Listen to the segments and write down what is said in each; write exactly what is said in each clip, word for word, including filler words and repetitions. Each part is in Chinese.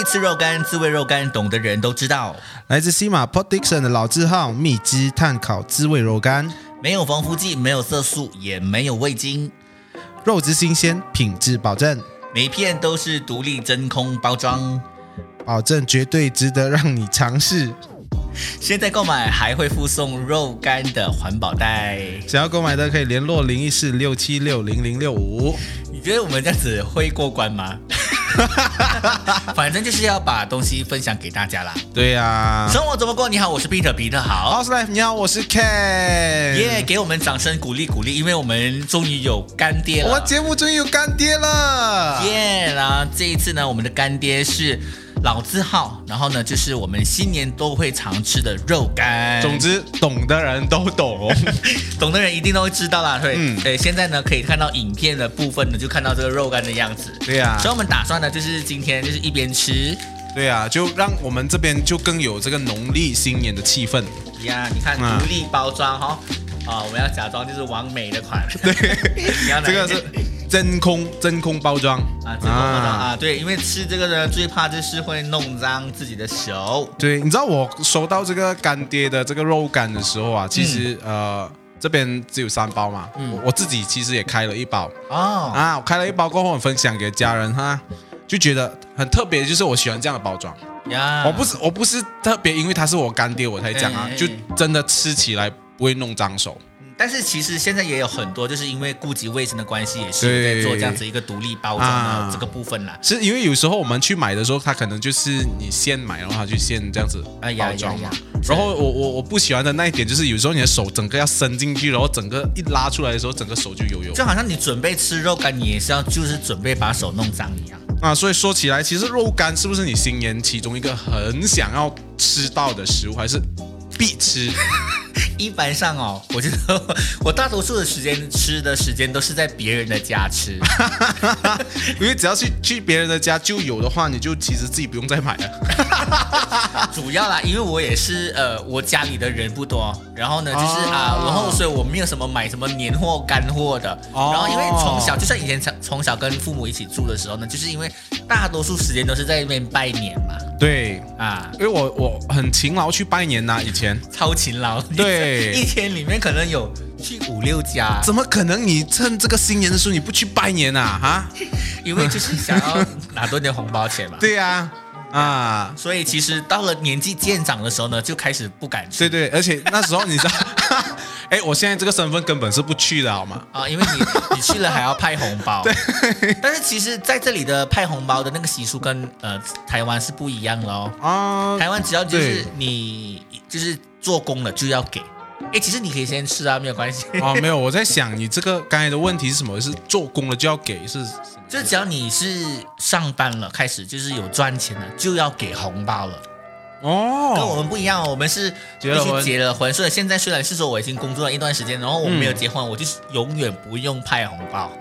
吃肉干，滋味肉干，懂的人都知道。 来自西马 Port Dickson 的老字号蜜汁炭烤滋味肉干， 没有防腐剂，没有色素，也没有味精， 肉质新鲜，品质保证， 每片都是独立真空包装， 保证绝对值得让你尝试。 现在购买还会附送肉干的环保袋。 想要购买的可以联络零一四六七六零零六五。 你觉得我们这样子会过关吗？反正就是要把东西分享给大家啦。 对呀、啊， 生活怎么过？你好，我是 Peter， 彼得好。 好 ，Life， 你好，我是 Ken。 耶、yeah, ，给我们掌声鼓励鼓励，因为我们终于有干爹了。 我们节目终于有干爹了。 耶、yeah, 然后这一次呢，我们的干爹是老字号，然后呢，就是我们新年都会常吃的肉干。 总之，懂的人都懂， 懂的人一定都会知道啦。对， 嗯， 对，现在呢，可以看到影片的部分呢，就看到这个肉干的样子。 对呀、啊， 所以我们打算呢，就是今天就是一边吃， 对呀、啊，就让我们这边就更有这个农历新年的气氛。 呀，你看独立包装哈、哦，啊，我们要假装就是完美的款。 对，这个是真空真空包装啊，真空包装啊，啊对，因为吃这个呢，最怕就是会弄脏自己的手。 对，你知道我收到这个干爹的这个肉干的时候啊，其实、嗯、呃这边只有三包嘛，嗯、我, 我自己其实也开了一包哦啊，我开了一包过后，我分享给家人哈，就觉得很特别，就是我喜欢这样的包装。呀，我不是我不是特别，因为他是我干爹我才讲啊，欸、就真的吃起来不会弄脏手。 但是其实现在也有很多，就是因为顾及卫生的关系，也是在做这样子一个独立包装的这个部分啦。啊、 是因为有时候我们去买的时候，他可能就是你现买，然后他就现这样子包装嘛。然后我我我不喜欢的那一点就是，有时候你的手整个要伸进去，然后整个一拉出来的时候，整个手就油油。 就好像你准备吃肉干，你也是要就是准备把手弄脏一样。 啊，所以说起来，其实肉干是不是你新年其中一个很想要吃到的食物，还是必吃？ 一般上哦，我觉得我大多数的时间吃的时间都是在别人的家吃， 因为只要去去别人的家就有的话，你就其实自己不用再买了。 主要啦，因为我也是呃，我家里的人不多，然后呢就是啊、哦，然后所以我没有什么买什么年货干货的，哦、然后因为从小就像以前从小跟父母一起住的时候呢，就是因为大多数时间都是在那边拜年嘛。 对啊，因为我我很勤劳去拜年呐、啊，以前超勤劳。 对， 一天里面可能有去五六家。 怎么可能？你趁这个新年的时候你不去拜年啊？啊？ 因为就是想要拿多点红包钱嘛。 对呀、啊，啊， 所以其实到了年纪渐长的时候呢，就开始不敢去。 对对，而且那时候你知道。哎，我现在这个身份根本是不去的，好吗？ 啊，因为你你去了还要派红包。 对。 但是其实在这里的派红包的那个习俗跟呃台湾是不一样的哦。啊。台湾只要就是你就是做工了就要给。哎，其实你可以先吃啊，没有关系。 哦，没有，我在想你这个刚才的问题是什么？是做工了就要给是？ 就只要你是上班了，开始就是有赚钱了，就要给红包了。哦，跟我们不一样，我们是结了婚， 结了婚，所以现在虽然是说我已经工作了一段时间，然后我没有结婚，嗯、我就是永远不用派红包。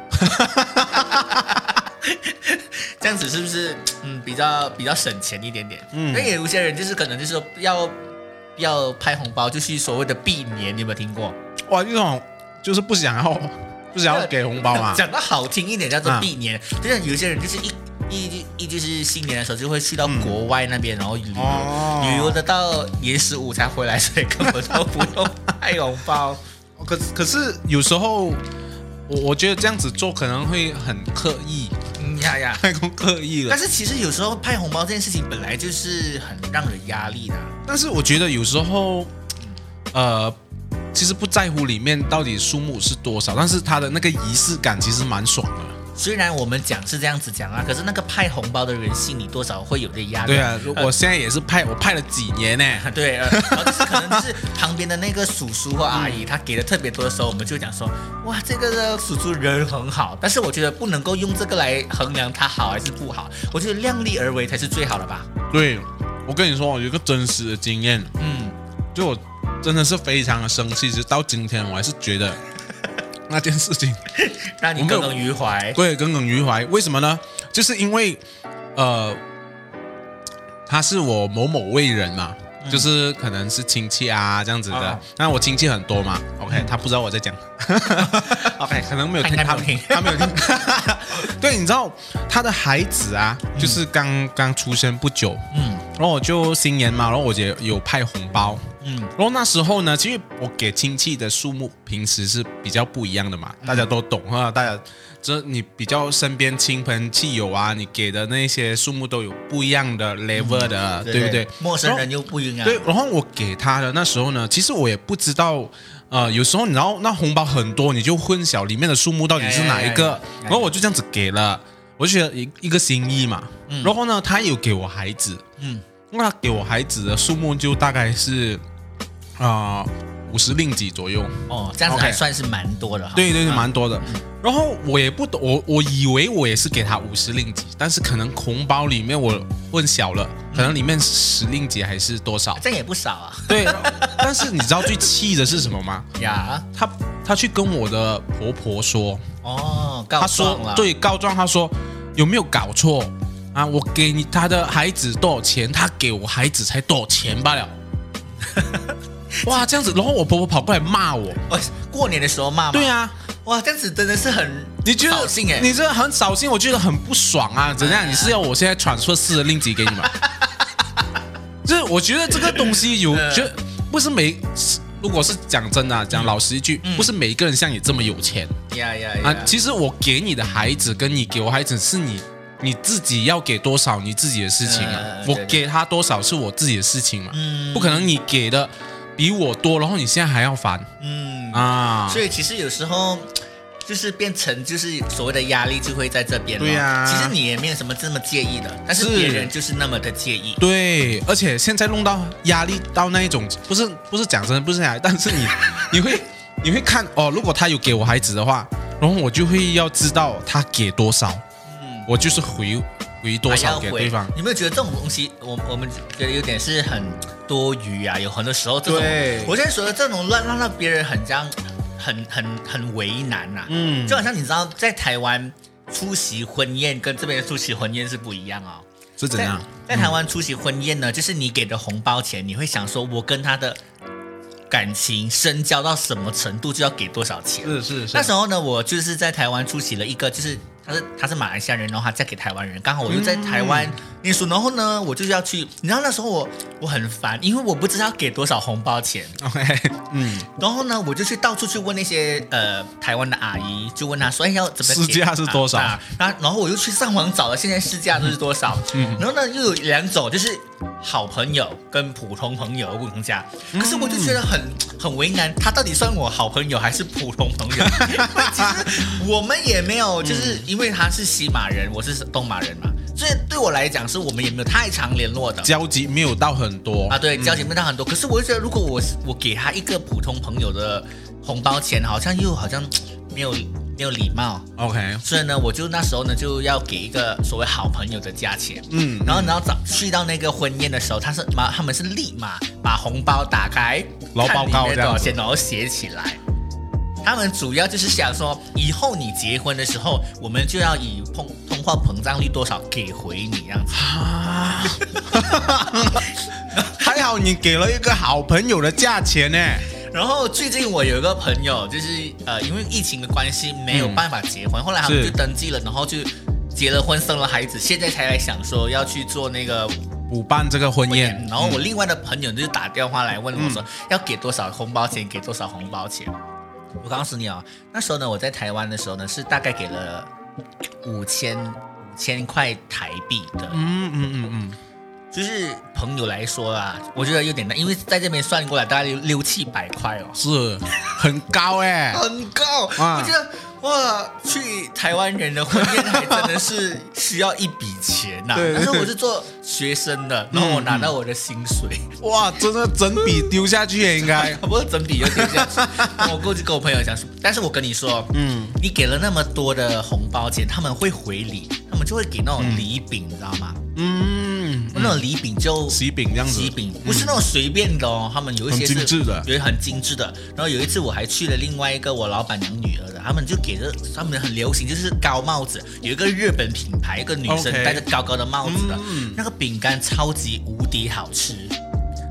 这样子是不是嗯比较比较省钱一点点？嗯，因为有些人就是可能就是说要要派红包，就是所谓的避年，你有没有听过？ 哇，这种就是不想要不想要给红包嘛。 讲得好听一点叫做避年，啊、就像有些人就是一。一一就是新年的时候就会去到国外那边，嗯、然后旅游，哦、旅游的到年十五才回来，所以根本都不用派红包。 可可是有时候我我觉得这样子做可能会很刻意， 嗯呀呀， 太过刻意了。 但是其实有时候派红包这件事情本来就是很让人压力的。 但是我觉得有时候，呃，其实不在乎里面到底数目是多少，但是它的那个仪式感其实蛮爽的。 虽然我们讲是这样子讲啊，可是那个派红包的人心里多少会有点压力。 对啊，呃、我现在也是派，我派了几年呢。 对，呃，然后就是可能就是旁边的那个叔叔或阿姨，他给的特别多的时候，我们就讲说，哇，这个叔叔人很好。但是我觉得不能够用这个来衡量他好还是不好，我觉得量力而为才是最好的吧。 对，我跟你说，我有一个真实的经验，嗯，就我真的是非常的生气，直到今天我还是觉得。那件事情让你耿耿于怀， 对，耿耿于怀。为什么呢？就是因为，呃，他是我某某位人嘛， 就是可能是亲戚啊这样子的。那我亲戚很多嘛 ，OK， 他不知道我在讲，OK， 可能没有听，他他没有听。对，你知道他的孩子啊，就是刚刚出生不久，嗯，然后我就新年嘛，然后我也有派红包。嗯，然后那时候呢，其实我给亲戚的数目平时是比较不一样的嘛，大家都懂哈，大家这你比较身边亲朋戚友啊，你给的那些数目都有不一样的 level 的，嗯、对, 对不对？ 陌生人又不一样。 对，然后我给他的那时候呢，其实我也不知道，呃，有时候你知道那红包很多，你就混淆里面的数目到底是哪一个，然后我就这样子给了，我就觉得一一个心意嘛。嗯、然后呢，他有给我孩子，嗯，那他给我孩子的数目就大概是。啊，五十令吉左右哦，这样子还算是蛮多的哈。 对对对，蛮多的。嗯、然后我也不懂，我我以为我也是给他五十令吉，但是可能红包里面我问小了，可能里面十令吉还是多少？ 这也不少啊。 对，但是你知道最气的是什么吗？ 呀， 他他去跟我的婆婆说， 哦，告状了。 对，告状，他说有没有搞错啊？我给你他的孩子多少钱，他给我孩子才多少钱罢了。哇，这样子，然后我婆婆跑过来骂我。 哦，过年的时候骂吗？ 对啊， 哇，这样子真的是很你觉得扫兴哎， 你这很扫兴，我觉得很不爽啊！怎样？你是要我现在transfer四的令吉给你吗？就是我觉得这个东西有，觉得不是每，如果是讲真的、啊，讲老实一句，嗯、不是每一个人像你这么有钱。 呀呀啊！其实我给你的孩子跟你给我孩子是你。你自己要给多少，你自己的事情啊。呃、我给他多少是我自己的事情嘛。嗯，不可能你给的比我多，然后你现在还要烦。嗯啊， 所以其实有时候就是变成就是所谓的压力就会在这边了。 对啊， 其实你也没有什么这么介意的，但是别人就是那么的介意。 对，而且现在弄到压力到那一种，不是不是讲真的不是压力，但是你你会你会看哦，如果他有给我孩子的话，然后我就会要知道他给多少。我就是回回多少给对方， 你有没有觉得这种东西，我我们觉得有点是很多余啊？有很多时候这种，我现在说的这种让让到别人很这样，很很很为难呐、啊。嗯，就好像你知道，在台湾出席婚宴跟这边出席婚宴是不一样哦。 是怎样？ 在, 在台湾出席婚宴呢，嗯、就是你给的红包钱，你会想说，我跟他的感情深交到什么程度，就要给多少钱。 是是是。 那时候呢，我就是在台湾出席了一个，就是。他是他是马来西亚人，然后他嫁给台湾人，刚好我就在台湾念书，然后呢，我就是要去，你知道那时候我我很烦，因为我不知道要给多少红包钱 ，OK， 嗯， 然后呢，我就去到处去问那些呃台湾的阿姨，就问他说，哎，要怎么市价是多少？ 啊，啊然后我又去上网找了，现在市价都是多少？嗯，然后呢，又有两种，就是好朋友跟普通朋友不同价，可是我就觉得很很为难，他到底算我好朋友还是普通朋友？其实我们也没有，就是因为。因为他是西马人，我是东马人嘛，所以对我来讲是我们也没有太常联络的， 交集没有到很多啊。对，交集没有到很多。嗯、可是我就觉得，如果我我给他一个普通朋友的红包钱，好像又好像没有没有礼貌。 OK， 所以呢，我就那时候呢就要给一个所谓好朋友的价钱。嗯，然后然后早去到那个婚宴的时候，他是马他们是立马把红包打开， 劳报告这样子， 多少钱，然后写起来。他们主要就是想说，以后你结婚的时候，我们就要以通通货膨胀率多少给回你这样子。啊、 还好你给了一个好朋友的价钱呢。 然后最近我有一个朋友，就是呃，因为疫情的关系没有办法结婚，嗯、后来他们就登记了，然后就结了婚，生了孩子，现在才来想说要去做那个补办这个婚宴。 然后我另外的朋友就打电话来问我说，嗯、要给多少红包钱，给多少红包钱。我告诉你哦，那时候呢，我在台湾的时候呢，是大概给了五千五千块台币的。嗯嗯嗯嗯，就是朋友来说啊，我觉得有点难，因为在这边算过来大概六六七百块哦， 是很高哎、 欸，很高。我觉得哇，去台湾人的婚宴还真的是需要一笔钱呐、啊。但是我是做学生的，然后我拿到我的薪水， 嗯、哇，真的整笔丢下去也应该， 不是整笔就丢下去。我过去跟我朋友讲说，但是我跟你说，嗯，你给了那么多的红包钱，他们会回礼，他们就会给那种礼饼，嗯、你知道吗？嗯，那种礼饼就喜饼这样子， 喜饼不是那种随便的哦，他们有一些是很精致的， 有一很精致的。然后有一次我还去了另外一个我老板娘女儿的，他们就给着他们很流行，就是高帽子，有一个日本品牌，一个女生戴着高高的帽子的， okay, 嗯、那个饼干超级无敌好吃。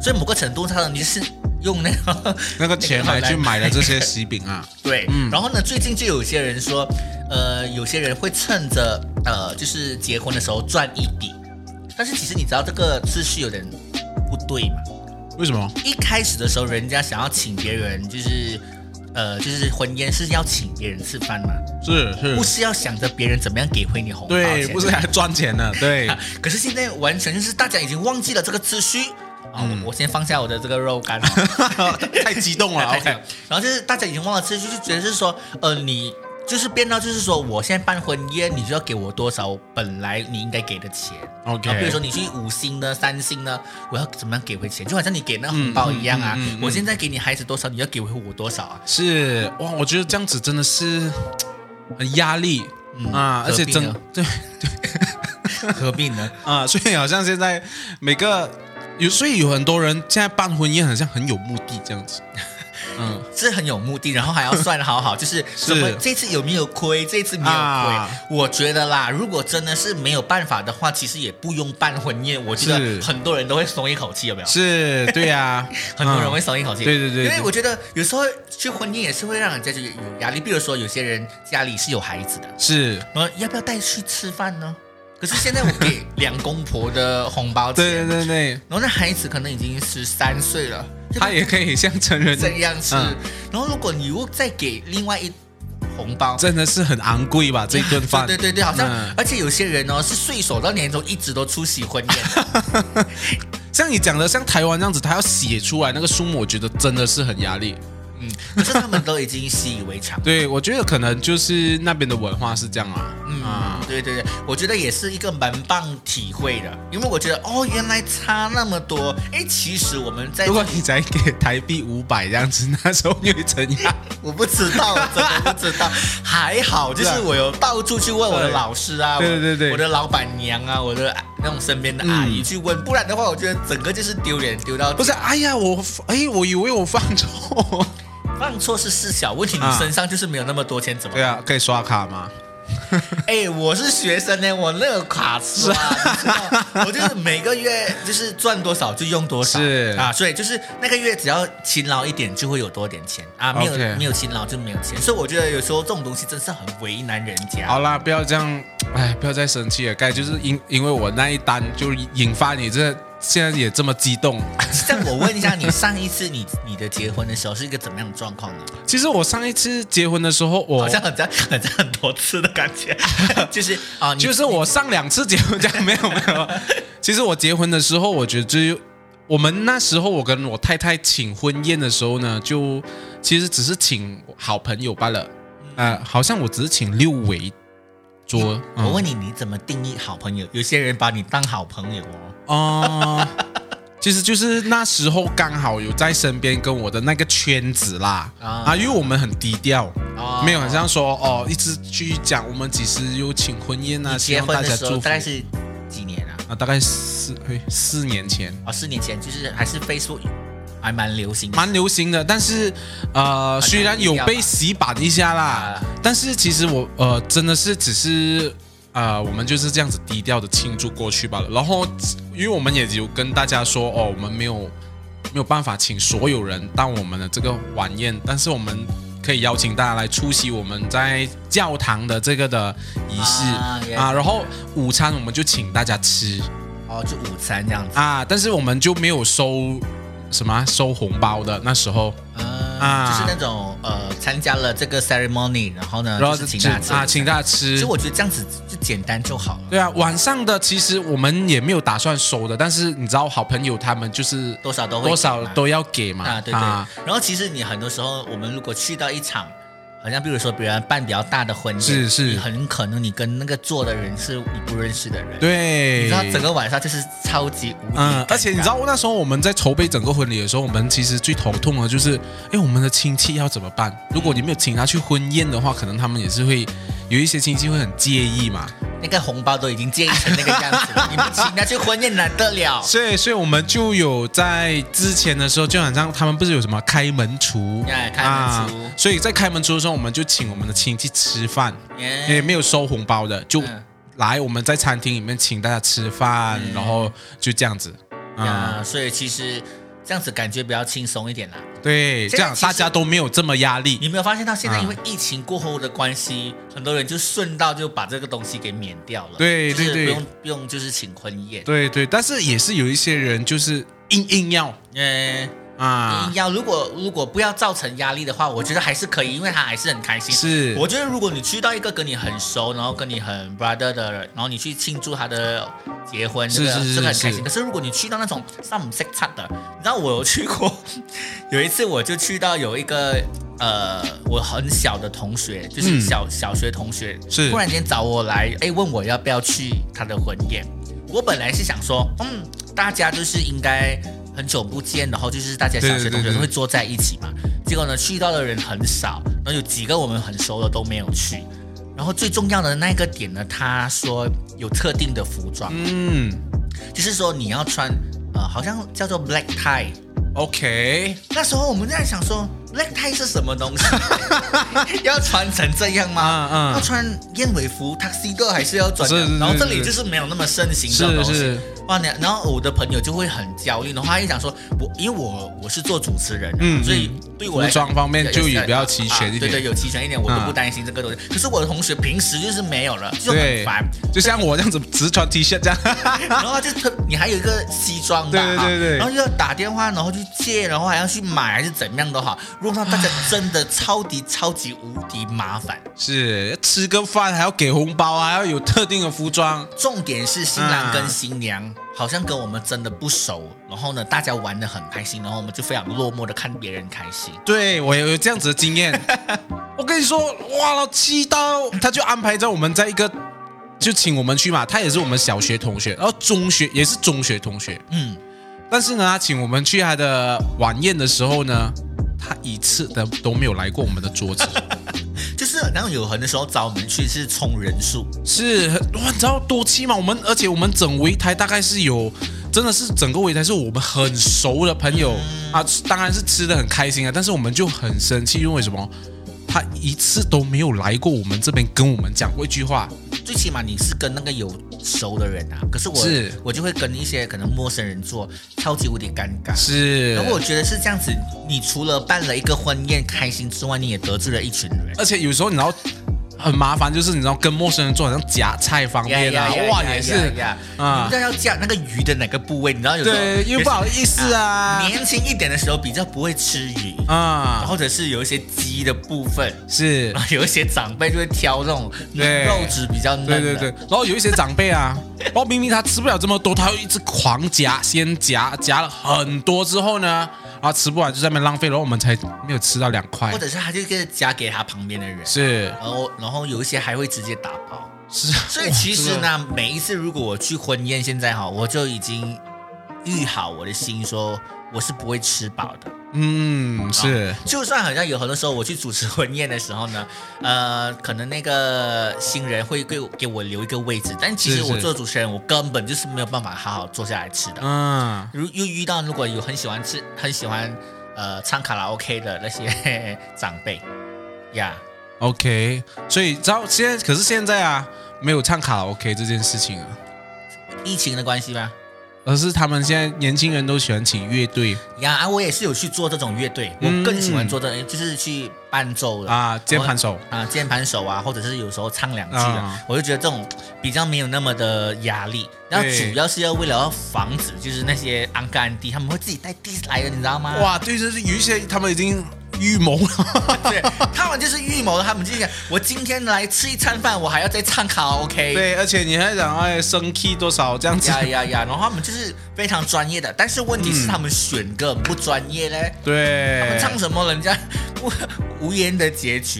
所以某个程度上你就是用那个那个钱来去买了这些喜饼啊。 对，嗯，然后呢，最近就有些人说，呃，有些人会趁着呃，就是结婚的时候赚一笔，但是其实你知道这个秩序有点不对嘛？ 为什么？ 一开始的时候，人家想要请别人，就是呃，就是婚宴是要请别人吃饭嘛？ 是是， 不是要想着别人怎么样给回你红包钱？ 对，不是来赚钱的，对。 可是现在完全就是大家已经忘记了这个秩序。嗯、我先放下我的这个肉干， 太激动了。 太激动 OK， 然后就是大家已经忘了秩序，就觉得是说，呃，你就是变到就是说，我现在办婚宴，你就要给我多少本来你应该给的钱。 OK， 比如说你去五星的、三星的，我要怎么样给回钱？就好像你给那红包一样啊。嗯嗯嗯嗯、我现在给你孩子多少，你要给回我多少啊？ 是哇，我觉得这样子真的是很压力、嗯、啊，而且真对对，何必呢？ 啊，所以好像现在每个。有，所以有很多人现在办婚宴好像很有目的这样子， 嗯，是很有目的，然后还要算好好，就是什么这次有没有亏，这次没有亏、啊。我觉得啦，如果真的是没有办法的话，其实也不用办婚宴。我觉得很多人都会松一口气，有没有？ 是，对呀、啊， 很多人会松一口气。 嗯、对, 对, 对对， 因为我觉得有时候去婚宴也是会让人家就有压力。比如说有些人家里是有孩子的， 是， 然后要不要带去吃饭呢？可是现在我给两公婆的红包钱， 对对对， 然后那孩子可能已经十三岁了， 他也可以像成人这样吃。嗯、然后如果你又再给另外一红包， 真的是很昂贵吧？这顿饭， 对对对，好像、嗯、而且有些人哦是岁首到年终一直都出席婚宴。 像你讲的，像台湾这样子，他要写出来那个数目，我觉得真的是很压力。 嗯，可是他们都已经习以为常。 对，我觉得可能就是那边的文化是这样啊。 嗯，啊、对对对，我觉得也是一个蛮棒体会的，因为我觉得哦，原来差那么多。哎，其实我们在如果你才给台币五百这样子，那时候你会怎样？ 我不知道，我真的不知道。还好，就是我有到处去问我的老师啊， 对对对， 我的老板娘啊，我的那种身边的阿姨去问，嗯、不然的话，我觉得整个就是丢脸丢到。 不是，哎呀，我哎，我以为我放错。 放错是事小，问题你身上就是没有那么多钱，怎么办？ 对啊，可以刷卡吗？ 哎，我是学生呢，我那个卡刷，你知道，我就是每个月就是赚多少就用多少， 是啊，所以就是那个月只要勤劳一点就会有多点钱啊，没有、okay. 没有勤劳就没有钱，所以我觉得有时候这种东西真是很为难人家。 好啦，不要这样，哎，不要再生气了，该就是因因为我那一单就引发你这。现在也这么激动， 这样我问一下，你上一次你你的结婚的时候是一个怎么样的状况呢？ 其实我上一次结婚的时候，我好像很在很在很多次的感觉，就是啊， 就是我上两次结婚这样没有没有。其实我结婚的时候，我觉得就我们那时候我跟我太太请婚宴的时候呢，就其实只是请好朋友罢了，呃，好像我只是请六围。桌， 嗯、我问你，你怎么定义好朋友？有些人把你当好朋友哦。 哦、呃，其实就是那时候刚好有在身边跟我的那个圈子啦，啊，啊因为我们很低调，哦、没有好像说哦一直去讲我们几时有请婚宴啊，希望大家祝福。 大概是几年啊？ 啊，大概四哎四年前。 哦，四年前就是还是 Facebook。还蛮流行的， 蛮流行的，但是呃，虽然有被洗版一下啦，啊、但是其实我呃真的是只是呃，我们就是这样子低调的庆祝过去罢了。然后，因为我们也有跟大家说哦，我们没有没有办法请所有人到我们的这个晚宴，但是我们可以邀请大家来出席我们在教堂的这个的仪式 啊, 啊。然后午餐我们就请大家吃， 哦，就午餐这样子啊，但是我们就没有收。什么收红包的那时候， 嗯、啊，就是那种呃参加了这个 ceremony， 然后呢， 然后就是请大家吃啊，请大家吃。 其实我觉得这样子就简单就好了。 对啊，晚上的其实我们也没有打算收的，但是你知道，好朋友他们就是多少都会多少都要给嘛。 啊，对对。啊、然后其实你很多时候，我们如果去到一场。好像比如说别人办比较大的婚宴， 是是， 你很可能你跟那个做的人是你不认识的人， 对， 你知道整个晚上就是超级无敌， 嗯，而且你知道那时候我们在筹备整个婚礼的时候，我们其实最头痛的就是，哎，我们的亲戚要怎么办？如果你没有请他去婚宴的话，可能他们也是会有一些亲戚会很介意嘛。 那个红包都已经介意成那个样子了，你们请他去婚宴难得了。 所以，所以我们就有在之前的时候，就好像他们不是有什么开门厨， yeah, 开门厨、 啊，所以在开门厨的时候，我们就请我们的亲戚吃饭，也、yeah. 没有收红包的，就来我们在餐厅里面请大家吃饭，嗯、然后就这样子。 啊、yeah, 嗯，所以其实这样子感觉比较轻松一点啦。 对，这样大家都没有这么压力。 你没有发现到现在因为疫情过后的关系，嗯、很多人就顺道就把这个东西给免掉了。 对对对， 不用不用就是请婚宴。 对对，但是也是有一些人就是硬硬要， 呃啊，硬要。如果如果不要造成压力的话，我觉得还是可以，因为他还是很开心。 是， 我觉得如果你去到一个跟你很熟，然后跟你很 brother 的人，然后你去庆祝他的结婚，这个是是是这个很开心。可是如果你去到那种上不识擦的，你知道我有去过，有一次我就去到有一个呃我很小的同学，就是小、嗯、小学同学， 是突然间找我来，哎，问我要不要去他的婚宴。我本来是想说，嗯，大家就是应该很久不见，然后就是大家小学同学都会坐在一起嘛。对对对对，结果呢，去到的人很少，然后有几个我们很熟的都没有去。然后最重要的那个点呢，他说有特定的服装，嗯，就是说你要穿，呃，好像叫做 black tie。OK， 那时候我们在想说 ，black tie 是什么东西？要穿成这样吗？嗯嗯、要穿燕尾服 tuxedo 还是要转？然后这里就是没有那么盛行这种东西。是是哇，然后我的朋友就会很焦虑，然后他一讲说，我因为我我是做主持人，嗯，所以对我来服装方面就也比较齐全一点， 啊、对对，有齐全一点，我都不担心这个东西。嗯、可是我的同学平时就是没有了，就很烦， 就像我这样子只穿 T 恤这样， 然后就特你还有一个西装吧， 对对对， 然后又要打电话，然后去借，然后还要去买，还是怎么样都好，路上大家真的超级超级无敌麻烦， 是吃个饭还要给红包，还要有特定的服装， 重点是新郎跟新娘。嗯好像跟我们真的不熟，然后呢，大家玩得很开心，然后我们就非常落寞的看别人开心。 对，我也有这样子的经验。我跟你说，哇，气到他就安排着我们在一个，就请我们去嘛。他也是我们小学同学，然后中学也是中学同学，嗯。但是呢，他请我们去他的晚宴的时候呢，他一次的都没有来过我们的桌子。 就是然后有很多时候找我们去是冲人数， 是哇，你知道多气吗？我们而且我们整围台大概是有，真的是整个围台是我们很熟的朋友、嗯、啊，当然是吃得很开心啊，但是我们就很生气，因为什么？他一次都没有来过我们这边跟我们讲过一句话。 最起码你是跟那个有熟的人啊，可是我是我就会跟一些可能陌生人做，超级无敌尴尬。 是， 然后我觉得是这样子，你除了办了一个婚宴开心之外，你也得罪了一群人。 而且有时候你知道很麻烦，就是你知道跟陌生人做好像夹菜方面啊， yeah, yeah, 哇 yeah, 也是 yeah, yeah, yeah. 啊，你知道要夹那个鱼的哪个部位？你知道有时候对又不好意思啊。 啊年轻一点的时候比较不会吃鱼啊，或者是有一些鸡的部分是， 有一些长辈就会挑这种肉质比较嫩的。 对对对，然后有一些长辈啊，然后明明他吃不了这么多，他会一直狂夹，先夹夹了很多之后呢。然后吃不完就在那边浪费，然后我们才没有吃到两块， 或者是他就夹给他旁边的人， 是， 然后然后有一些还会直接打包， 是， 所以其实呢，每一次如果我去婚宴，现在哈，我就已经预好我的心说我是不会吃饱的。 嗯，是， 就算好像有很多时候我去主持婚宴的时候呢，呃，可能那个新人会给我给我留一个位置，但其实我做主持人，我根本就是没有办法好好坐下来吃的。嗯，如又遇到如果有很喜欢吃、很喜欢呃唱卡拉 OK 的那些嘿嘿长辈呀、 yeah ，OK， 所以知道现在可是现在啊，没有唱卡拉 OK 这件事情啊， 疫情的关系吧。 而是他们现在年轻人都喜欢请乐队呀啊！我也是有去做这种乐队，我更喜欢做的、嗯、就是去伴奏的啊，键盘手啊，键盘手啊，或者是有时候唱两句的、啊，我就觉得这种比较没有那么的压力。然后主要是要为了要防止，就是那些安哥安弟他们会自己带 diss 来的，你知道吗？ 哇，对，就是有一些他们已经预谋了， 对，他们就是预谋了，他们就想我今天来吃一餐饭，我还要再唱卡拉 OK， 对，而且你还讲哎升 key 多少这样子， 呀呀呀，然后他们就是非常专业的，但是问题是他们选歌很不专业嘞， 对， 他们唱什么人家无言的结局。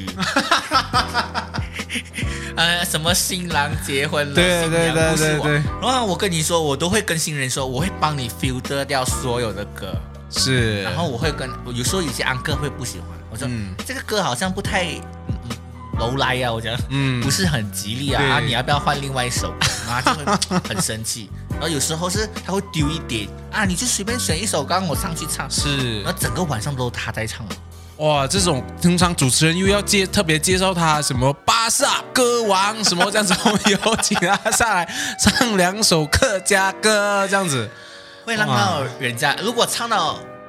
呃，什么新郎结婚了， 对对对对对， 然后我跟你说，我都会跟新人说，我会帮你 filter 掉所有的歌， 是， 然后我会跟有时候有些安哥会不喜欢，我说、嗯、这个歌好像不太嗯嗯楼来啊，我觉得嗯不是很吉利啊，啊你要不要换另外一首？然后他就会很生气，然后有时候是他会丢一点啊，你就随便选一首，刚刚我上去唱， 是， 然后整个晚上都他在唱了。 哇，这种通常主持人又要介特别介绍他什么巴萨歌王什么这样子，我们有请他上来唱两首客家歌这样子， 会让到人家如果唱到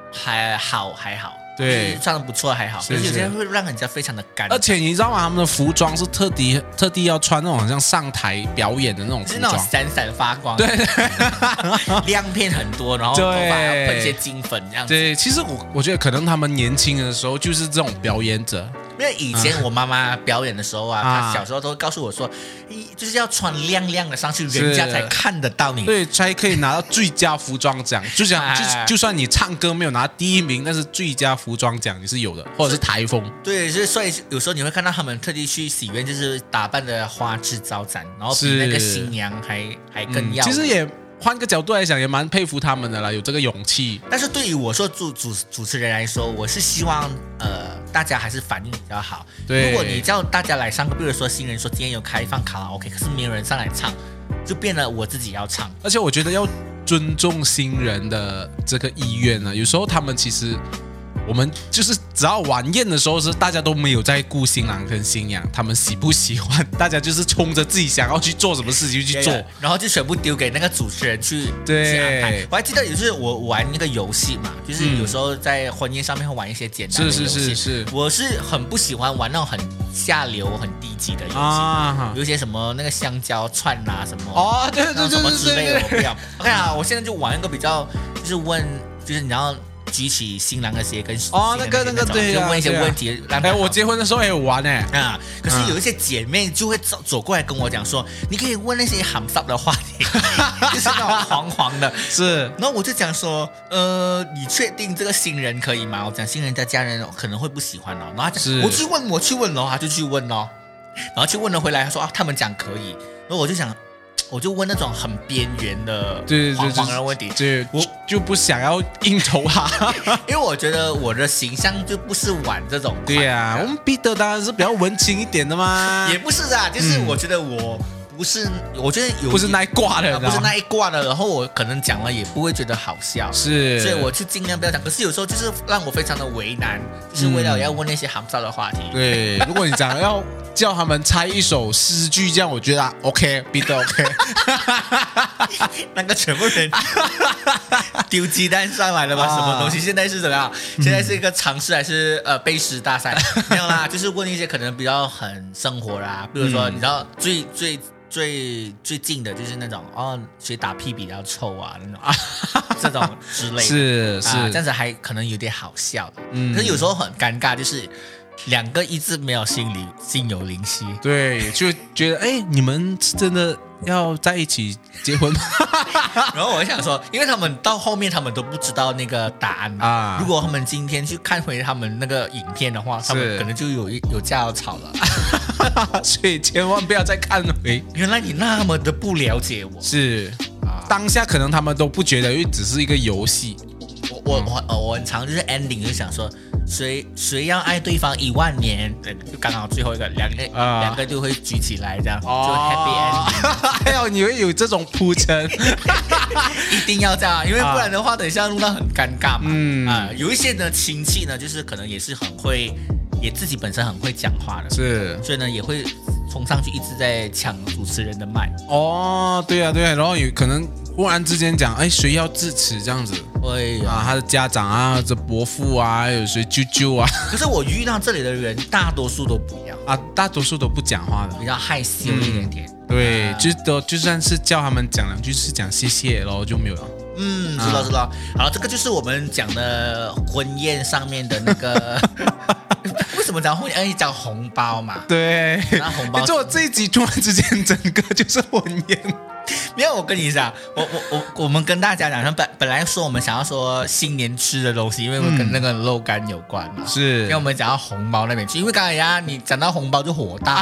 还好还好。 对， 穿的不错还好，可是有些会让人家非常的干。 而且你知道吗？他们的服装是特地特地要穿那种好像上台表演的那种服装， 是那种闪闪发光， 对， 亮片很多，然后头发要喷一些金粉这样子。 对，其实我我觉得可能他们年轻的时候就是这种表演者。 因为以前我妈妈表演的时候啊，她小时候都会告诉我说，就是要穿亮亮的上去，人家才看得到你， 对，才可以拿到最佳服装奖。就像就就算你唱歌没有拿第一名，但是最佳服装奖你是有的，或者是台风。 对，所以有时候你会看到他们特地去戏院，就是打扮的花枝招展，然后比那个新娘还还更要、嗯。 其实也。换个角度来想，也蛮佩服他们的啦，有这个勇气。 但是对于我说主主主持人来说，我是希望呃大家还是反应比较好。 对， 如果你叫大家来上课，比如说新人说今天有开放卡拉 OK， 可是没有人上来唱，就变了我自己要唱。 而且我觉得要尊重新人的这个意愿呢，有时候他们其实。我们就是只要晚宴的时候是大家都没有在顾新郎跟新娘他们喜不喜欢，大家就是冲着自己想要去做什么事情去做， 然后就全部丢给那个主持人去去安排。我还记得有次我玩那个游戏嘛，就是有时候在婚宴上面会玩一些简单的游戏， 是是是是， 我是很不喜欢玩那种很下流很低级的游戏，啊、有一些什么那个香蕉串啊什么哦对对对什么之类的我不要。OK 啊，我现在就玩一个比较就是问就是你要。举起新郎的鞋跟哦，那个那个对就问一些问题。哎， 我结婚的时候也有玩哎啊，可是有一些姐妹就会走走过来跟我讲说，你可以问那些含沙的话题，就是那种黄黄的。 是， 然后我就讲说，呃，你确定这个新人可以吗？我讲新人的家人可能会不喜欢哦。然后他讲，我去问，我去问哦，他就去问哦，然后去问了回来，他说啊，他们讲可以。然后我就想。我就问那种很边缘的黄黄的问题， 对，我就不想要应酬他， 因为我觉得我的形象就不是玩这种。 对呀、啊，我们彼得当然是比较文青一点的嘛。 也不是啊，就是我觉得我不是，我觉得有不是那一挂的， 不是那一挂的，然后我可能讲了也不会觉得好笑， 是， 所以我就尽量不要讲。可是有时候就是让我非常的为难，就是为了要问那些含沙的话题。 对，如果你讲要叫他们猜一首诗句，这样我觉得 OK， 彼得 OK。 那个全部人丢鸡蛋上来了吧？什么东西？现在是怎么样？现在是一个尝试还是呃背诗大赛？没有啦，就是问一些可能比较很生活啦，比如说、嗯、你知道最最。最最近的就是那种哦，谁打屁比较臭啊那种啊，这种之类的， 是是、 啊，这样子还可能有点好笑，嗯，可是有时候很尴尬，就是两个一直没有心里心有灵犀， 对，就觉得哎，你们是真的要在一起结婚吗？ 然后我想说，因为他们到后面他们都不知道那个答案啊，如果他们今天去看回他们那个影片的话，他们可能就有有架要吵了。 所以千万不要再看回。 原来你那么的不了解我， 是啊，当下可能他们都不觉得，因为只是一个游戏。 我我我我很常就是 ending 就想说，谁谁要爱对方一万年，就刚好最后一个两个、啊、两个就会举起来这样，哦、就 happy ending。 还有你会有这种铺陈， 一定要这样，因为不然的话，等一下录到很尴尬嘛。嗯啊，有一些呢亲戚呢，就是可能也是很会。也自己本身很会讲话的， 是， 所以呢也会冲上去一直在抢主持人的麦。 哦，对啊，对啊，然后有可能忽然之间讲，哎，谁要致辞这样子？ 对啊，他的家长啊，这伯父啊，还有谁舅舅啊？ 可是我遇到这里的人，大多数都不一样啊，大多数都不讲话的， 比较害羞一点点。 嗯、对，啊、就都就算是叫他们讲两句，是讲谢谢，然后就没有了。 嗯，知道知道。好了，这个就是我们讲的婚宴上面的那个。为什么讲婚宴？讲红包嘛。 对， 拿红包。 就我这一集突然之间整个就是婚宴。 没有，我跟你讲，我我我我们跟大家讲，本本来说我们想要说新年吃的东西，因为我跟那个肉干有关嘛。 是。 因为我们讲到红包那边去，因为刚才呀，你讲到红包就火大。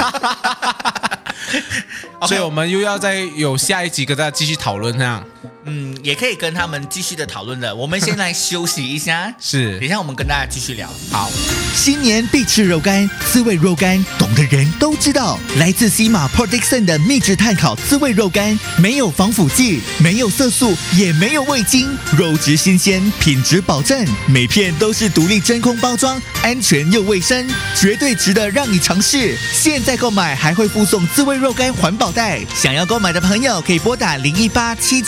所以我们又要再有下一集跟大家继续讨论这样。 嗯，也可以跟他们继续的讨论的。我们先来休息一下， 是， 等一下我们跟大家继续聊。 好， 新年必吃肉干，滋味肉干，懂的人都知道。来自西马 Production 的秘制炭烤滋味肉干，没有防腐剂，没有色素，也没有味精，肉质新鲜，品质保证，每片都是独立真空包装，安全又卫生，绝对值得让你尝试。现在购买还会附送滋味肉干环保袋，想要购买的朋友可以拨打零一八七九一八。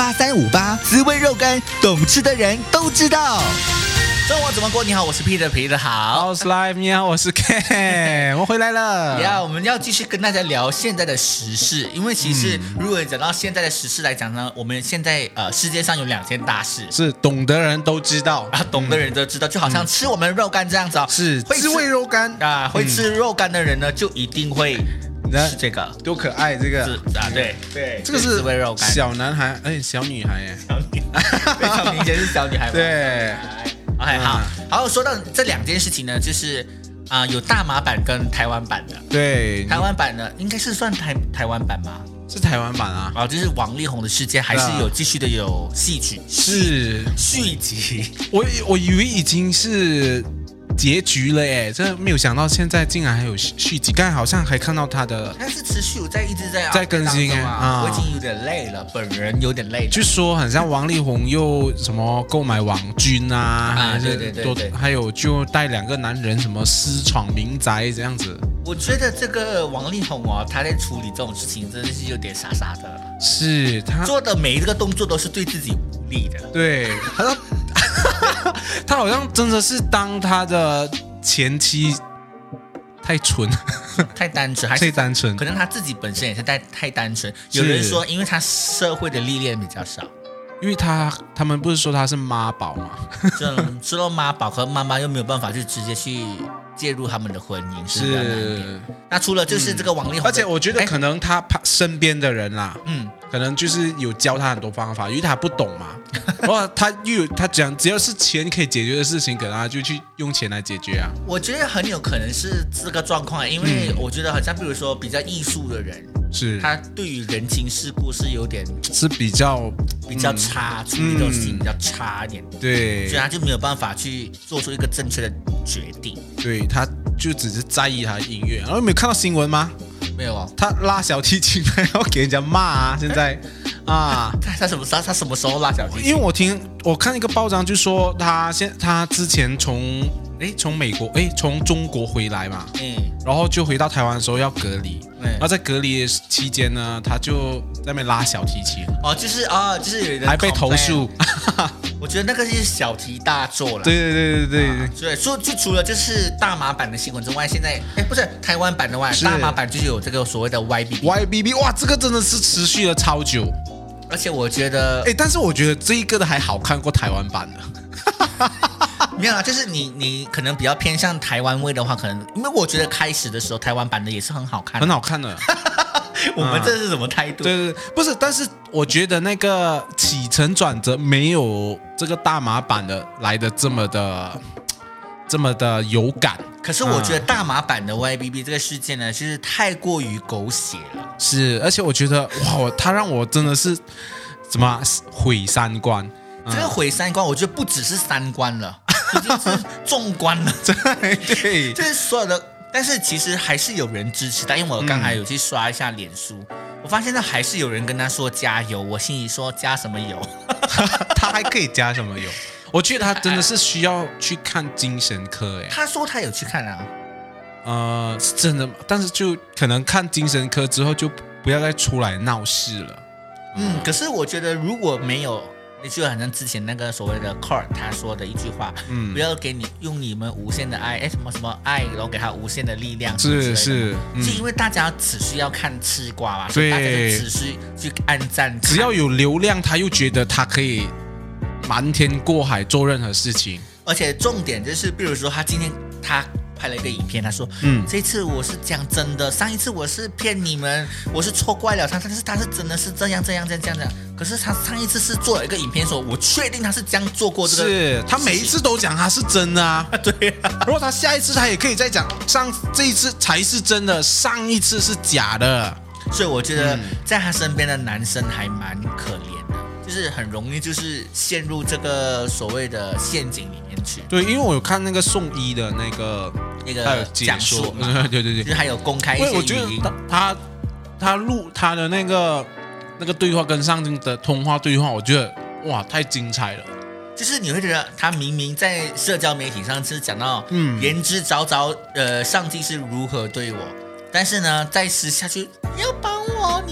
八三五八，滋味肉干，懂吃的人都知道。 中午怎么过？你好，我是 Peter，Peter 好。 我是 Live， 你好，我是 Ken， 我回来了。 呀， yeah, 我们要继续跟大家聊现在的时事，因为其实如果讲到现在的时事来讲呢，我们现在呃世界上有两件大事， 是懂的人都知道啊，懂的人都知道，就好像吃我们肉干这样子哦， 是滋味肉干啊，会吃肉干的人呢，就一定会。是这个多可爱，这个啊，对对， 这个是滋味肉干，小男孩哎，小女孩哎， 小女孩，非常明显是小女孩。 对 ，OK， 好，好，说到这两件事情呢，就是啊、呃，有大马版跟台湾版的。 对， 台湾版呢，应该是算台台湾版吗？ 是台湾版啊， 啊，就是王力宏的事件，还是有继续的有戏剧， 是续集。 我我以为已经是结局了哎，这没有想到现在竟然还有续集，刚才好像还看到他的， 他是持续有在一直在在更新哎， 啊，我已经有点累了，本人有点累了。 据说很像王力宏又什么购买网军啊， 啊对对对对， 还有就带两个男人什么私闯民宅这样子。 我觉得这个王力宏哦，他在处理这种事情真的是有点傻傻的， 是他做的每一个动作都是对自己无利的。 对，好像他好像真的是当他的前妻太纯， 太单纯，还是太单纯？ 可能他自己本身也是太太单纯。有人说，因为他社会的历练比较少， 因为他他们不是说他是妈宝吗？ 这种知道妈宝和妈妈又没有办法去直接去介入他们的婚姻，是比较难点。那除了就是这个王力宏、嗯， 而且我觉得可能他身边的人啦，嗯，可能就是有教他很多方法，因为他不懂嘛。然后他又有他讲，只要是钱可以解决的事情，可能他就去用钱来解决啊。 我觉得很有可能是这个状况，因为我觉得好像比如说比较艺术的人。 是他对于人情世故是有点是比较比较差，处理这种事情比较差一点， 对， 所以他就没有办法去做出一个正确的决定。 对，他就只是在意他的音乐。然后没有看到新闻吗？ 没有啊， 他拉小提琴还要给人家骂啊！现在啊， 他他什么他他什么时候拉小提琴？ 因为我听我看一个报章就说他现他之前从哎从美国哎从中国回来嘛，嗯，然后就回到台湾的时候要隔离。然后在隔离期间呢，他就在那边拉小提琴。 哦，就是啊，就是有人还被投诉。 我觉得那个是小题大做了。 对对对对对。 对，所以就除了就是大马版的新闻之外，现在哎不是台湾版的外，大马版就是有这个所谓的 Y B B。 Y B B 哇，这个真的是持续了超久。 而且我觉得， 哎，但是我觉得这一个的还好看过台湾版的。 没有啊，就是你你可能比较偏向台湾味的话，可能因为我觉得开始的时候台湾版的也是很好看， 很好看的。 我们这是什么态度？ 对对对，不是，但是我觉得那个起承转折没有这个大马版的来的这么的这么的有感。 可是我觉得大马版的 Y B B 这个事件呢，就是太过于狗血了。 是，而且我觉得哇，他让我真的是怎么毁三观。 这个毁三观，我觉得不只是三观了，已经是纵观了。 对， 就是所有的，但是其实还是有人支持他，因为我刚才有去刷一下脸书，嗯、我发现呢还是有人跟他说加油，我心里说加什么油？ 他还可以加什么油？我觉得他真的是需要去看精神科哎。 他说他有去看啊， 呃，是真的，但是就可能看精神科之后就不要再出来闹事了。 嗯，可是我觉得如果没有。就好像之前那个所谓的 Kurt 他说的一句话，嗯，不要给你用你们无限的爱，哎什么什么爱，然后给他无限的力量， 是是， 嗯、是因为大家只需要看吃瓜嘛，所以大家就只需去按赞， 只要有流量，他又觉得他可以瞒天过海做任何事情， 而且重点就是，比如说他今天他。拍了一个影片，他说：“嗯，这次我是讲真的，上一次我是骗你们，我是错怪了他，但是他是真的是这样这样这样这样的。可是他上一次是做了一个影片，说我确定他是这样做过这个， 是他每一次都讲他是真的啊， 对啊。 如果他下一次他也可以再讲，上这一次才是真的，上一次是假的。 所以我觉得在他身边的男生还蛮可怜的。”就是很容易就是陷入这个所谓的陷阱里面去。 对，因为我有看那个宋一的那个那个讲述， 对对对， 就是还有公开一些语音。 我觉得他他录他的那个那个对话跟上帝的通话对话，我觉得哇太精彩了。 就是你会觉得他明明在社交媒体上是讲到，嗯，言之凿凿，呃，上帝是如何对我。但是呢，在私下去你要帮我，你不能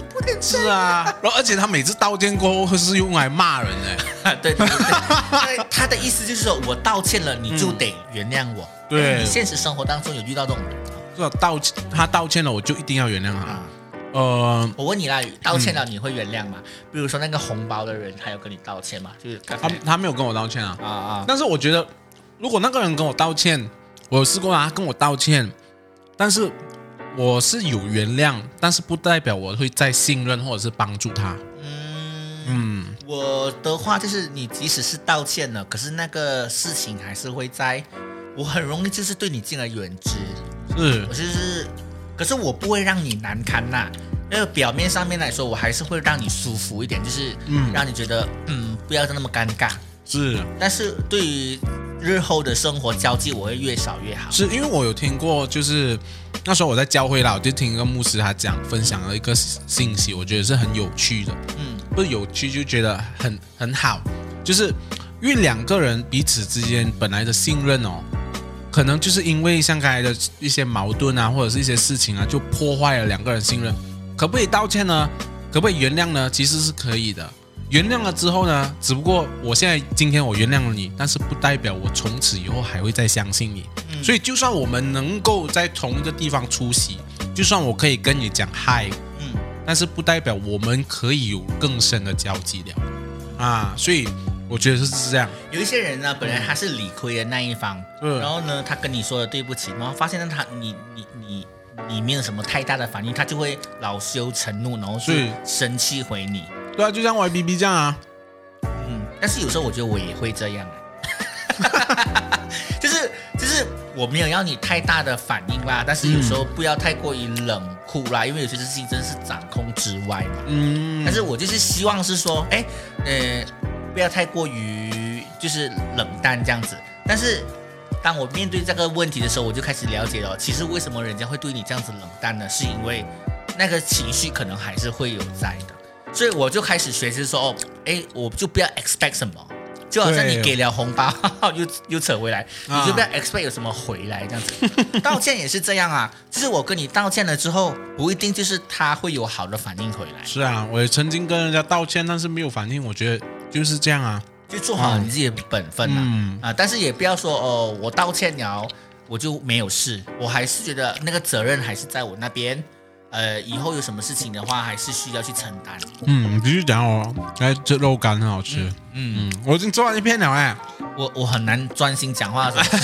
是啊，然后而且他每次道歉过后是用来骂人的。对对对对，他的意思就是说我道歉了，你就得原谅我。嗯、对，你现实生活当中有遇到这种人吗？ 是道他道歉了，我就一定要原谅他。嗯呃，我问你啦，道歉了你会原谅吗？嗯、比如说那个红包的人，他有跟你道歉吗？就是他他没有跟我道歉啊啊啊！但是我觉得，如果那个人跟我道歉，我有试过啊，跟我道歉，但是我是有原谅，但是不代表我会再信任或者是帮助他。 嗯嗯，我的话就是，你即使是道歉了，可是那个事情还是会在，我很容易就是对你敬而远之。 是， 我就是。可是我不会让你难堪呐、啊，因为表面上面来说，我还是会让你舒服一点，就是让你觉得 嗯, 嗯不要那么尴尬。 是， 但是对于日后的生活交际，我会越少越好。 是因为我有听过，就是那时候我在教会啦，我就听一个牧师他讲分享了一个信息，我觉得是很有趣的。嗯，不是有趣就觉得很很好，就是因为两个人彼此之间本来的信任哦。可能就是因为像刚才的一些矛盾啊，或者是一些事情啊，就破坏了两个人信任。可不可以道歉呢？可不可以原谅呢？其实是可以的。原谅了之后呢，只不过我现在今天我原谅了你，但是不代表我从此以后还会再相信你。嗯、所以就算我们能够在同一个地方出席，就算我可以跟你讲嗨，嗯，但是不代表我们可以有更深的交集了啊。所以。我觉得是这样， 有一些人呢，本来他是理亏的那一方，嗯、然后呢，他跟你说了对不起，然后发现他你你你你没有什么太大的反应，他就会恼羞成怒，然后去生气回你。 对啊，就像 Y B B 这样啊。 嗯，但是有时候我觉得我也会这样、啊，就是就是我没有要你太大的反应啦，但是有时候不要太过于冷酷啦，因为有些事情真的是掌控之外嘛。嗯，但是我就是希望是说，哎，呃。不要太过于就是冷淡这样子，但是当我面对这个问题的时候，我就开始了解了，其实为什么人家会对你这样子冷淡呢？是因为那个情绪可能还是会有在的，所以我就开始学习说，哦，哎，我就不要 expect 什么，就好像你给了红包又又扯回来，你就不要 expect 有什么回来这样子。道歉也是这样啊，就是我跟你道歉了之后，不一定就是他会有好的反应回来。 是啊，我也曾经跟人家道歉，但是没有反应，我觉得。就是这样啊， 就做好你自己的本分啊，嗯、啊！但是也不要说哦，我道歉了，我就没有事，我还是觉得那个责任还是在我那边。呃，以后有什么事情的话，还是需要去承担。 嗯，继续讲哦。哎，这肉干很好吃。嗯嗯，我已经做完一片了哎。 我我很难专心讲话， 所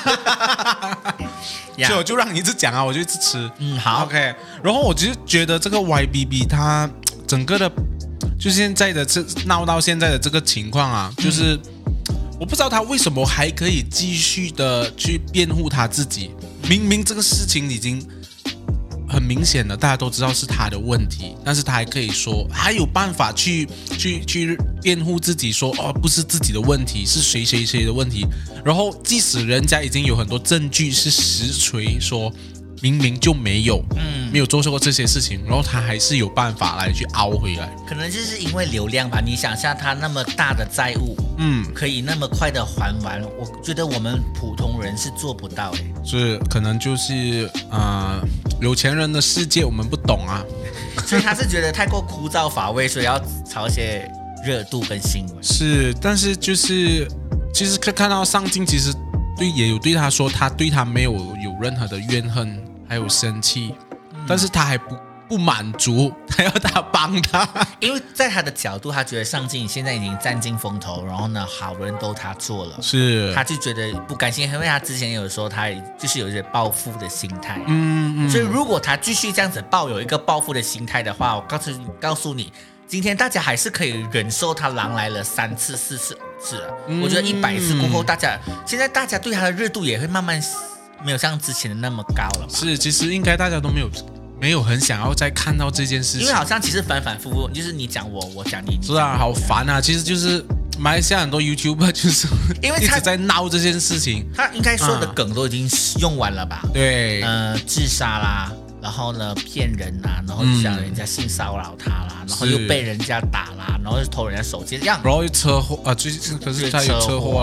以我就让你一直讲啊，我就一直吃。 嗯，好 ，OK。然后我其实觉得这个 Y B B 它整个的。就现在的这闹到现在的这个情况啊，就是我不知道他为什么还可以继续的去辩护他自己，明明这个事情已经很明显了，大家都知道是他的问题，但是他还可以说还有办法去去去辩护自己说，哦，不是自己的问题，是谁谁谁的问题。然后即使人家已经有很多证据是实锤说明明就没有，嗯，没有做错过这些事情，然后他还是有办法来去凹回来。 可能就是因为流量吧，你想象他那么大的债务，嗯，可以那么快的还完，我觉得我们普通人是做不到哎。 是，可能就是呃，有钱人的世界我们不懂啊， 所以他是觉得太过枯燥乏味，所以要炒一些热度跟新闻。 是，但是就是其实可看到上镜，其实对也有对他说，他对他没有有任何的怨恨。还有生气，但是他还不不满足，他要他帮他， 因为在他的角度，他觉得上镜现在已经占尽风头，然后呢，好人都他做了， 是， 他就觉得不甘心，因为他之前有说他就是有一些报复的心态，嗯嗯，所以如果他继续这样子抱有一个报复的心态的话，我告诉你，告诉你，今天大家还是可以忍受他狼来了三次、四次、五次了，嗯、我觉得一百次过后，大家现在大家对他的热度也会慢慢。没有像之前的那么高了。 是，其实应该大家都没有没有很想要再看到这件事情， 因为好像其实反反复复，就是你讲我，我讲你。 是啊，好烦啊！其实就是马来西亚很多 YouTuber 就是因为一直在闹这件事情， 他应该所有的梗都已经用完了吧？ 嗯、对， 呃，自杀啦，然后呢骗人啦，然后又讲人家性骚扰他啦，嗯、然后又被人家打啦，然后又偷人家手机，这样， 然后又车祸啊，最近可是他有车祸啦。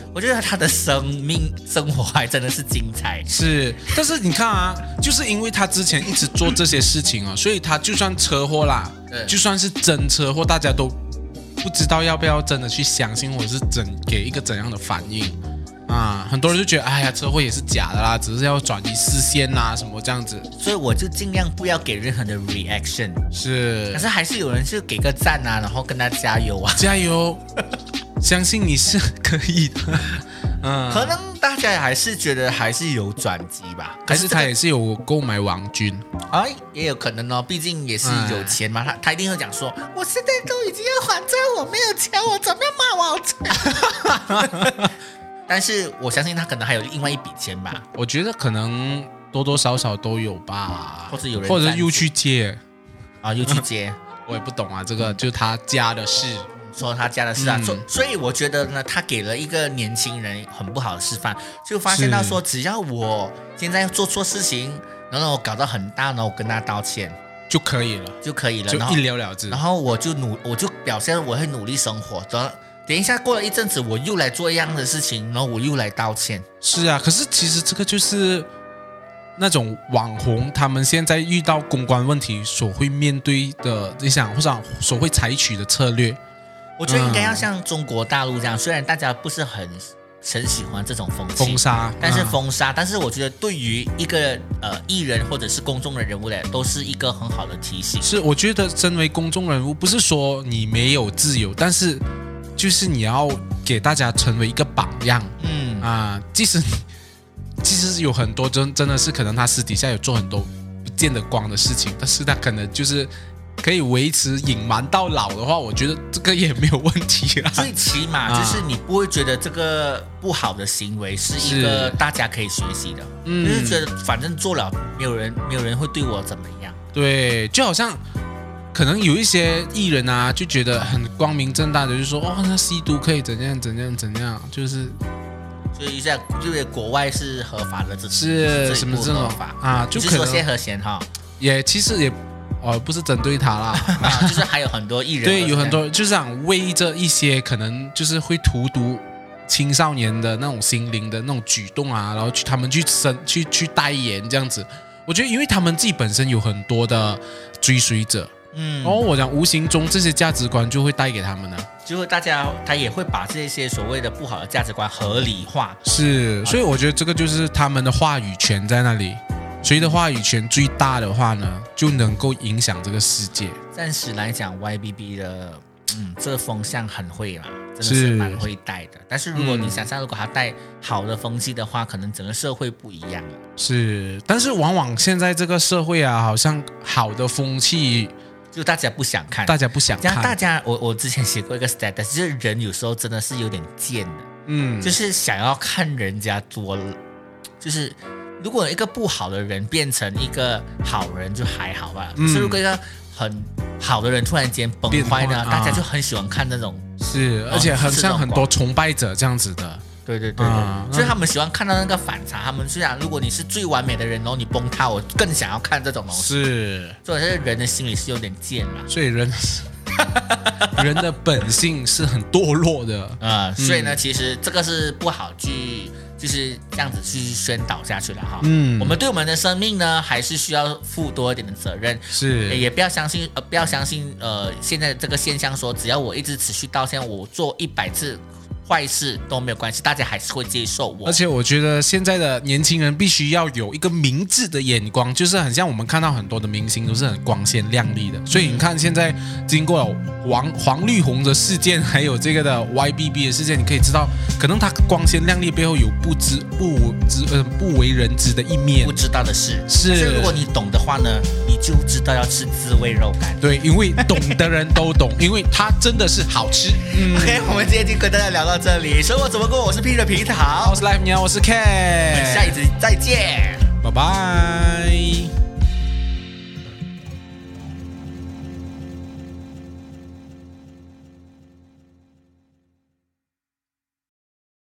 我觉得他的生命生活还真的是精彩。 是，但是你看啊，就是因为他之前一直做这些事情哦，所以他就算车祸啦，就算是真车祸，大家都不知道要不要真的去相信，或者是怎给一个怎样的反应啊？很多人就觉得，哎呀，车祸也是假的啦，只是要转移视线啊什么这样子。 所以我就尽量不要给任何的 reaction。 是， 可是还是有人就给个赞啊，然后跟他加油啊， 加油。相信你是可以的， 嗯，可能大家还是觉得还是有转机吧， 还是他也是有购买网军， 哎，也有可能哦，毕竟也是有钱嘛，他他一定会讲说，我现在都已经要还债，我没有钱，我怎么样骂我债？但是我相信他可能还有另外一笔钱吧， 我觉得可能多多少少都有吧， 或者有人， 或者又去借啊，又去借， 我也不懂啊，这个就是他家的事。 说他家的事啊，嗯、所所以我觉得呢，他给了一个年轻人很不好的示范，就发现到说，只要我现在做错事情，然后我搞到很大，然后我跟他道歉就可以了， 就可以了， 就一了了之。 然后我就努，我就表现我会努力生活。等等一下过了一阵子，我又来做一样的事情，然后我又来道歉。 是啊，可是其实这个就是那种网红他们现在遇到公关问题所会面对的，你想或者所会采取的策略。 我觉得应该要像中国大陆这样，嗯、虽然大家不是很很喜欢这种风气， 封杀， 但是封杀，嗯、但是我觉得对于一个呃艺人或者是公众的人物来，都是一个很好的提醒。 是，我觉得身为公众人物，不是说你没有自由，但是就是你要给大家成为一个榜样。嗯啊，即使其实有很多真真的是可能他私底下有做很多不见得光的事情，但是他可能就是。可以维持隐瞒到老的话，我觉得这个也没有问题啦。 最起码就是你不会觉得这个不好的行为是一个大家可以学习的，嗯，就是觉得反正做了没有人没有人会对我怎么样。 对，就好像可能有一些艺人啊，就觉得很光明正大的，就说哦，那吸毒可以怎样怎样怎样，就是。 所以在就是国外是合法的，这是什么这种法啊？ 就可能说谢和弦哈， 也其实也。哦，不是针对他啦， 啊、就是还有很多艺人， 对，有很多就是想为着一些可能就是会荼毒青少年的那种心灵的那种举动啊，然后去他们去生去去代言这样子。我觉得，因为他们自己本身有很多的追随者，嗯，然后我讲无形中这些价值观就会带给他们呢， 就会大家他也会把这些所谓的不好的价值观合理化， 是，所以我觉得这个就是他们的话语权在那里。谁的话语权最大的话呢，就能够影响这个世界。 暂时来讲 ，Y B B 的嗯，这个风向很会啦，真的是蛮会带的。但是如果你想象，如果他带好的风气的话，可能整个社会不一样了。 是，但是往往现在这个社会啊，好像好的风气就大家不想看， 大家不想看。 大家，我我之前写过一个 status， 就是人有时候真的是有点贱的，嗯，就是想要看人家多，就是。如果一个不好的人变成一个好人就还好吧，可、嗯、是如果一个很好的人突然间崩坏呢，大家就很喜欢看那种， 是，而且很像很多崇拜者这样子的， 对对对对，啊、所以他们喜欢看到那个反差。他们虽然如果你是最完美的人，然后你崩塌，我更想要看这种东西。 是， 所以人的心里是有点贱嘛， 所以人人的本性是很堕落的啊、呃，所以呢，其实这个是不好去。就是这样子去宣导下去了哈，嗯，我们对我们的生命呢，还是需要负多一点的责任， 是， 也不要相信，呃，不要相信，呃，现在这个现象说，只要我一直持续道歉，我做一百次坏事都没有关系，大家还是会接受我。 而且我觉得现在的年轻人必须要有一个明智的眼光，就是很像我们看到很多的明星都是很光鲜亮丽的，所以你看现在经过了黄黄绿红的事件，还有这个的 Y B B 的事件，你可以知道，可能他光鲜亮丽背后有不知不知呃不为人知的一面， 不知道的事。 是， 但是如果你懂的话呢，你就知道要吃滋味肉干。 对，因为懂的人都懂，因为它真的是好吃。 嗯 OK， 我们今天就跟大家聊到这里。生活怎么过？我是 Peter 皮桃， 我是 Life 鸟，我是 Ken， 下一次再见， 拜拜。